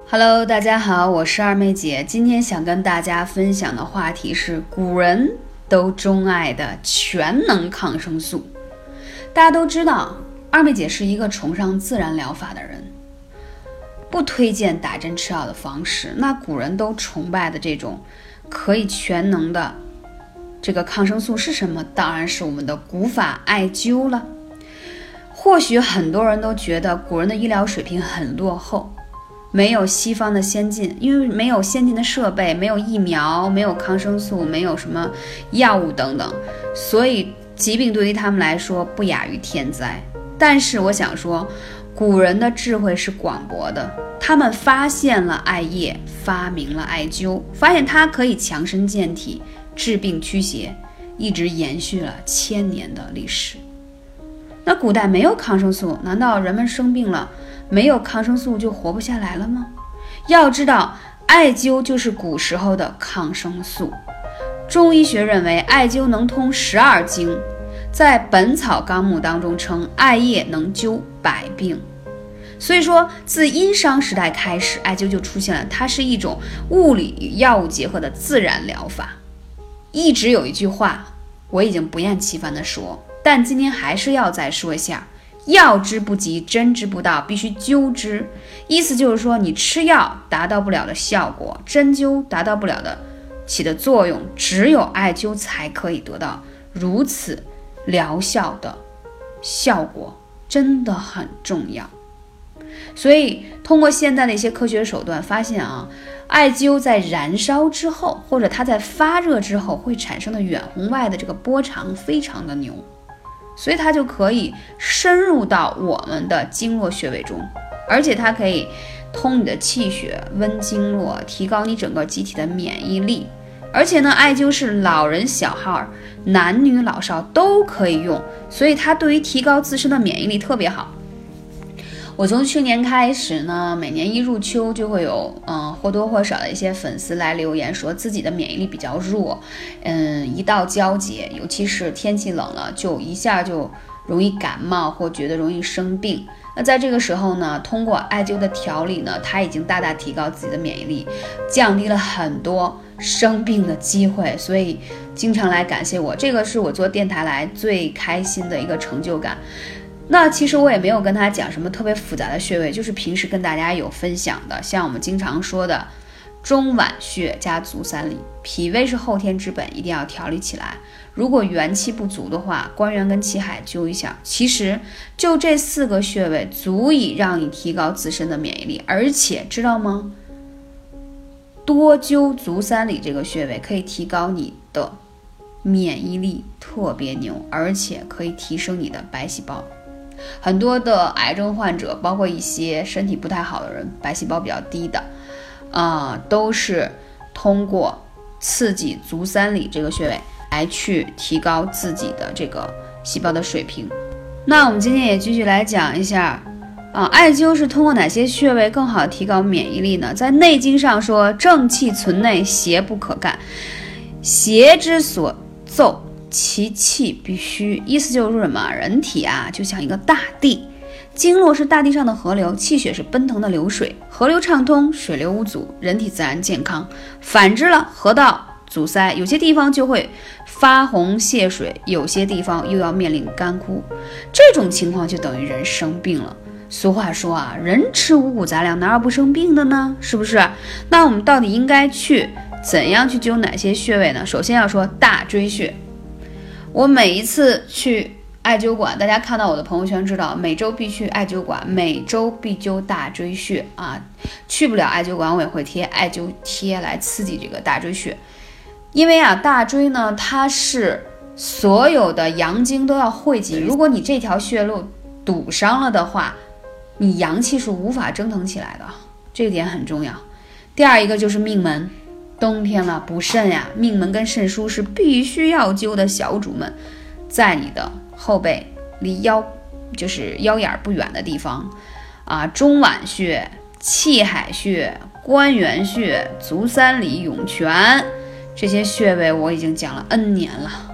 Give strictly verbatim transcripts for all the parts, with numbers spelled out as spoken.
Hello， 大家好，我是二妹姐。今天想跟大家分享的话题是古人都钟爱的全能抗生素。大家都知道，二妹姐是一个崇尚自然疗法的人，不推荐打针吃药的方式。那古人都崇拜的这种可以全能的这个抗生素是什么？当然是我们的古法艾灸了。或许很多人都觉得古人的医疗水平很落后，没有西方的先进，因为没有先进的设备，没有疫苗，没有抗生素，没有什么药物等等，所以疾病对于他们来说不亚于天灾。但是我想说，古人的智慧是广博的，他们发现了艾叶，发明了艾灸，发现它可以强身健体，治病驱邪，一直延续了千年的历史。那古代没有抗生素，难道人们生病了没有抗生素就活不下来了吗？要知道，艾灸就是古时候的抗生素。中医学认为艾灸能通十二经，在《本草纲目》当中称艾叶能灸百病。所以说，自殷商时代开始，艾灸就出现了，它是一种物理与药物结合的自然疗法。一直有一句话，我已经不厌其烦地说，但今天还是要再说一下，药之不及，针之不到，必须灸之。意思就是说，你吃药达到不了的效果，针灸达到不了的起的作用，只有艾灸才可以得到如此疗效的效果，真的很重要。所以通过现在的一些科学手段发现啊，艾灸在燃烧之后，或者它在发热之后会产生的远红外的这个波长非常的牛，所以它就可以深入到我们的经络穴位中，而且它可以通你的气血，温经络，提高你整个机体的免疫力。而且呢，艾灸是老人小孩男女老少都可以用，所以它对于提高自身的免疫力特别好。我从去年开始呢，每年一入秋就会有嗯或多或少的一些粉丝来留言说自己的免疫力比较弱，嗯，一到交节，尤其是天气冷了，就一下就容易感冒或觉得容易生病。那在这个时候呢，通过艾灸的调理呢，它已经大大提高自己的免疫力，降低了很多生病的机会，所以经常来感谢我，这个是我做电台来最开心的一个成就感。那其实我也没有跟他讲什么特别复杂的穴位，就是平时跟大家有分享的，像我们经常说的中脘穴加足三里。脾胃是后天之本，一定要调理起来。如果元气不足的话，关元跟气海灸一下，其实就这四个穴位足以让你提高自身的免疫力。而且知道吗，多灸足三里这个穴位可以提高你的免疫力，特别牛，而且可以提升你的白细胞。很多的癌症患者，包括一些身体不太好的人，白细胞比较低的啊、呃，都是通过刺激足三里这个穴位来去提高自己的这个细胞的水平。那我们今天也继续来讲一下啊，艾灸是通过哪些穴位更好提高免疫力呢？在《内经》上说，正气存内，邪不可干，邪之所奏，其气必虚。意思就是什么？人体啊就像一个大地，经络是大地上的河流，气血是奔腾的流水，河流畅通，水流无阻，人体自然健康。反之了，河道阻塞，有些地方就会发洪泄水，有些地方又要面临干枯，这种情况就等于人生病了。俗话说啊，人吃五谷杂粮，哪有不生病的呢？是不是？那我们到底应该去怎样去灸哪些穴位呢？首先要说大椎穴。我每一次去艾灸馆，大家看到我的朋友圈知道，每周必去艾灸馆，每周必灸大椎穴啊。去不了艾灸馆，我也会贴艾灸贴来刺激这个大椎穴。因为啊，大椎呢，它是所有的阳经都要汇集，如果你这条穴路堵上了的话，你阳气是无法蒸腾起来的，这一点很重要。第二一个就是命门，冬天了补肾呀，命门跟肾腧是必须要灸的。小主们，在你的后背离腰就是腰眼不远的地方啊，中脘穴、气海穴、关元穴、足三里、涌泉，这些穴位我已经讲了 N 年了，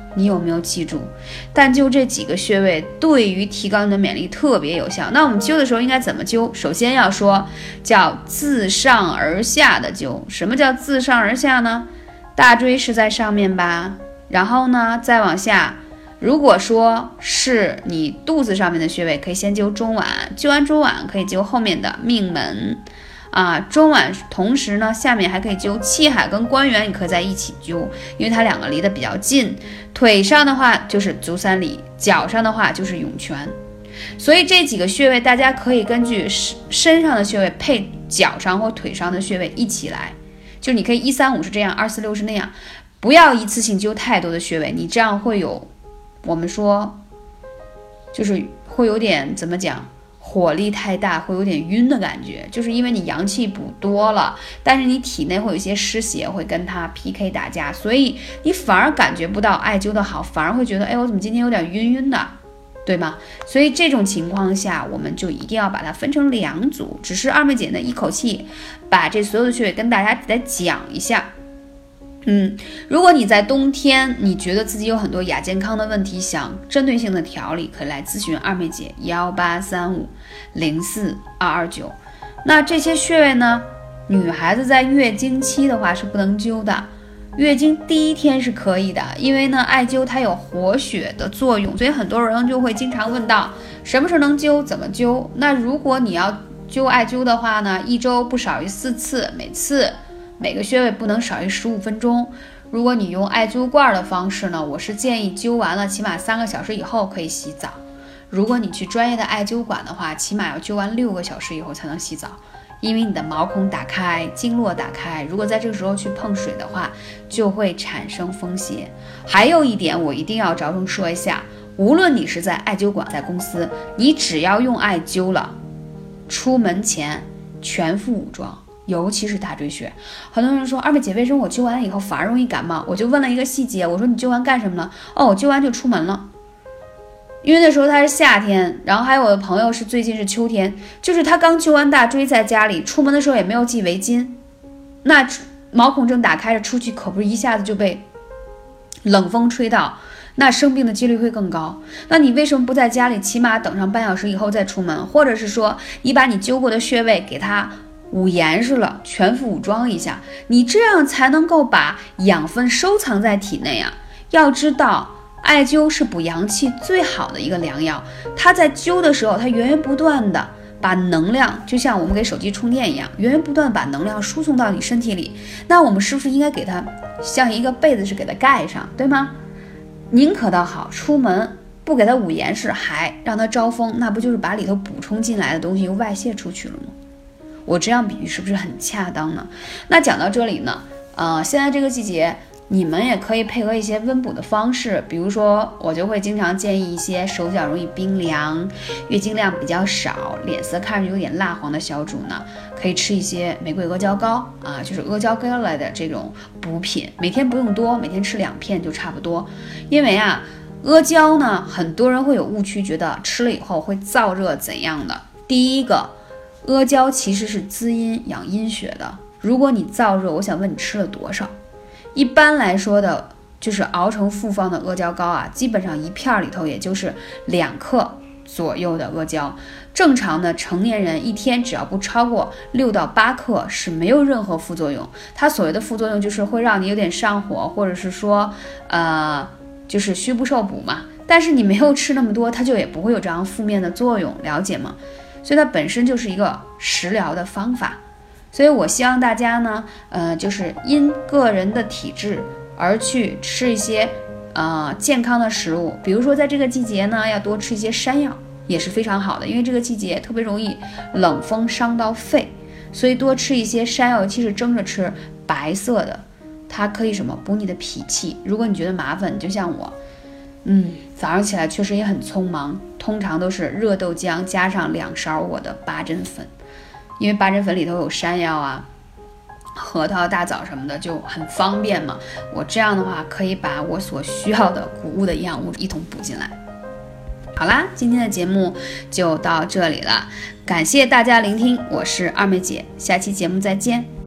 你有没有记住？但就这几个穴位对于提高你的免疫力特别有效。那我们灸的时候应该怎么灸？首先要说叫自上而下的灸。什么叫自上而下呢？大椎是在上面吧，然后呢再往下，如果说是你肚子上面的穴位，可以先灸中脘，灸完中脘可以灸后面的命门啊，中脘同时呢下面还可以灸气海跟关元，你可以在一起灸，因为它两个离得比较近。腿上的话就是足三里，脚上的话就是涌泉。所以这几个穴位大家可以根据身上的穴位配脚上或腿上的穴位一起来，就你可以一三五是这样，二四六是那样，不要一次性灸太多的穴位，你这样会有我们说就是会有点怎么讲，火力太大，会有点晕的感觉，就是因为你阳气补多了，但是你体内会有一些湿邪会跟它 P K 打架，所以你反而感觉不到艾灸的好，反而会觉得哎，我怎么今天有点晕晕的，对吗？所以这种情况下我们就一定要把它分成两组。只是二妹姐呢一口气把这所有的穴位跟大家再讲一下。嗯，如果你在冬天你觉得自己有很多亚健康的问题，想针对性的调理，可以来咨询二妹姐幺八三五零四二二九。那这些穴位呢，女孩子在月经期的话是不能灸的，月经第一天是可以的，因为呢艾灸它有活血的作用，所以很多人就会经常问到什么时候能灸，怎么灸。那如果你要灸艾灸的话呢，一周不少于四次，每次每个穴位不能少于十五分钟。如果你用艾灸罐的方式呢，我是建议灸完了起码三个小时以后可以洗澡。如果你去专业的艾灸馆的话，起码要灸完六个小时以后才能洗澡，因为你的毛孔打开，经络打开，如果在这个时候去碰水的话，就会产生风邪。还有一点我一定要着重说一下，无论你是在艾灸馆在公司，你只要用艾灸了，出门前全副武装，尤其是大椎穴。很多人说二妹姐，为什么我灸完了以后反而容易感冒？我就问了一个细节，我说你灸完干什么了？哦，我灸完就出门了。因为那时候他是夏天，然后还有我的朋友是最近是秋天，就是他刚灸完大椎，在家里出门的时候也没有系围巾，那毛孔正打开着，出去可不是一下子就被冷风吹到，那生病的几率会更高。那你为什么不在家里起码等上半小时以后再出门？或者是说你把你灸过的穴位给它捂严实了，全副武装一下，你这样才能够把养分收藏在体内啊。要知道艾灸是补阳气最好的一个良药，它在灸的时候它源源不断的把能量，就像我们给手机充电一样，源源不断的把能量输送到你身体里。那我们是不是应该给它像一个被子是给它盖上，对吗？宁可倒好，出门不给它捂严实，还让它招风，那不就是把里头补充进来的东西又外泄出去了吗？我这样比喻是不是很恰当呢？那讲到这里呢，呃，现在这个季节你们也可以配合一些温补的方式，比如说我就会经常建议一些手脚容易冰凉、月经量比较少、脸色看着有点蜡黄的小主呢，可以吃一些玫瑰阿胶膏啊，就是阿胶膏来的这种补品，每天不用多，每天吃两片就差不多。因为啊，阿胶呢，很多人会有误区，觉得吃了以后会燥热怎样的。第一个，阿胶其实是滋阴养阴血的，如果你燥热，我想问你吃了多少？一般来说的就是熬成复方的阿胶膏啊，基本上一片里头也就是两克左右的阿胶。正常的成年人一天只要不超过六到八克是没有任何副作用。它所谓的副作用就是会让你有点上火，或者是说呃就是虚不受补嘛。但是你没有吃那么多，它就也不会有这样负面的作用，了解吗？所以它本身就是一个食疗的方法。所以我希望大家呢，呃，就是因个人的体质而去吃一些呃健康的食物，比如说在这个季节呢，要多吃一些山药，也是非常好的，因为这个季节特别容易冷风伤到肺，所以多吃一些山药，尤其是蒸着吃，白色的，它可以什么补你的脾气。如果你觉得麻烦，你就像我，嗯，早上起来确实也很匆忙，通常都是热豆浆加上两勺我的八珍粉。因为八珍粉里头有山药啊、核桃、大枣什么的，就很方便嘛。我这样的话可以把我所需要的谷物的营养物一同补进来。好啦，今天的节目就到这里了，感谢大家聆听，我是二妹姐，下期节目再见。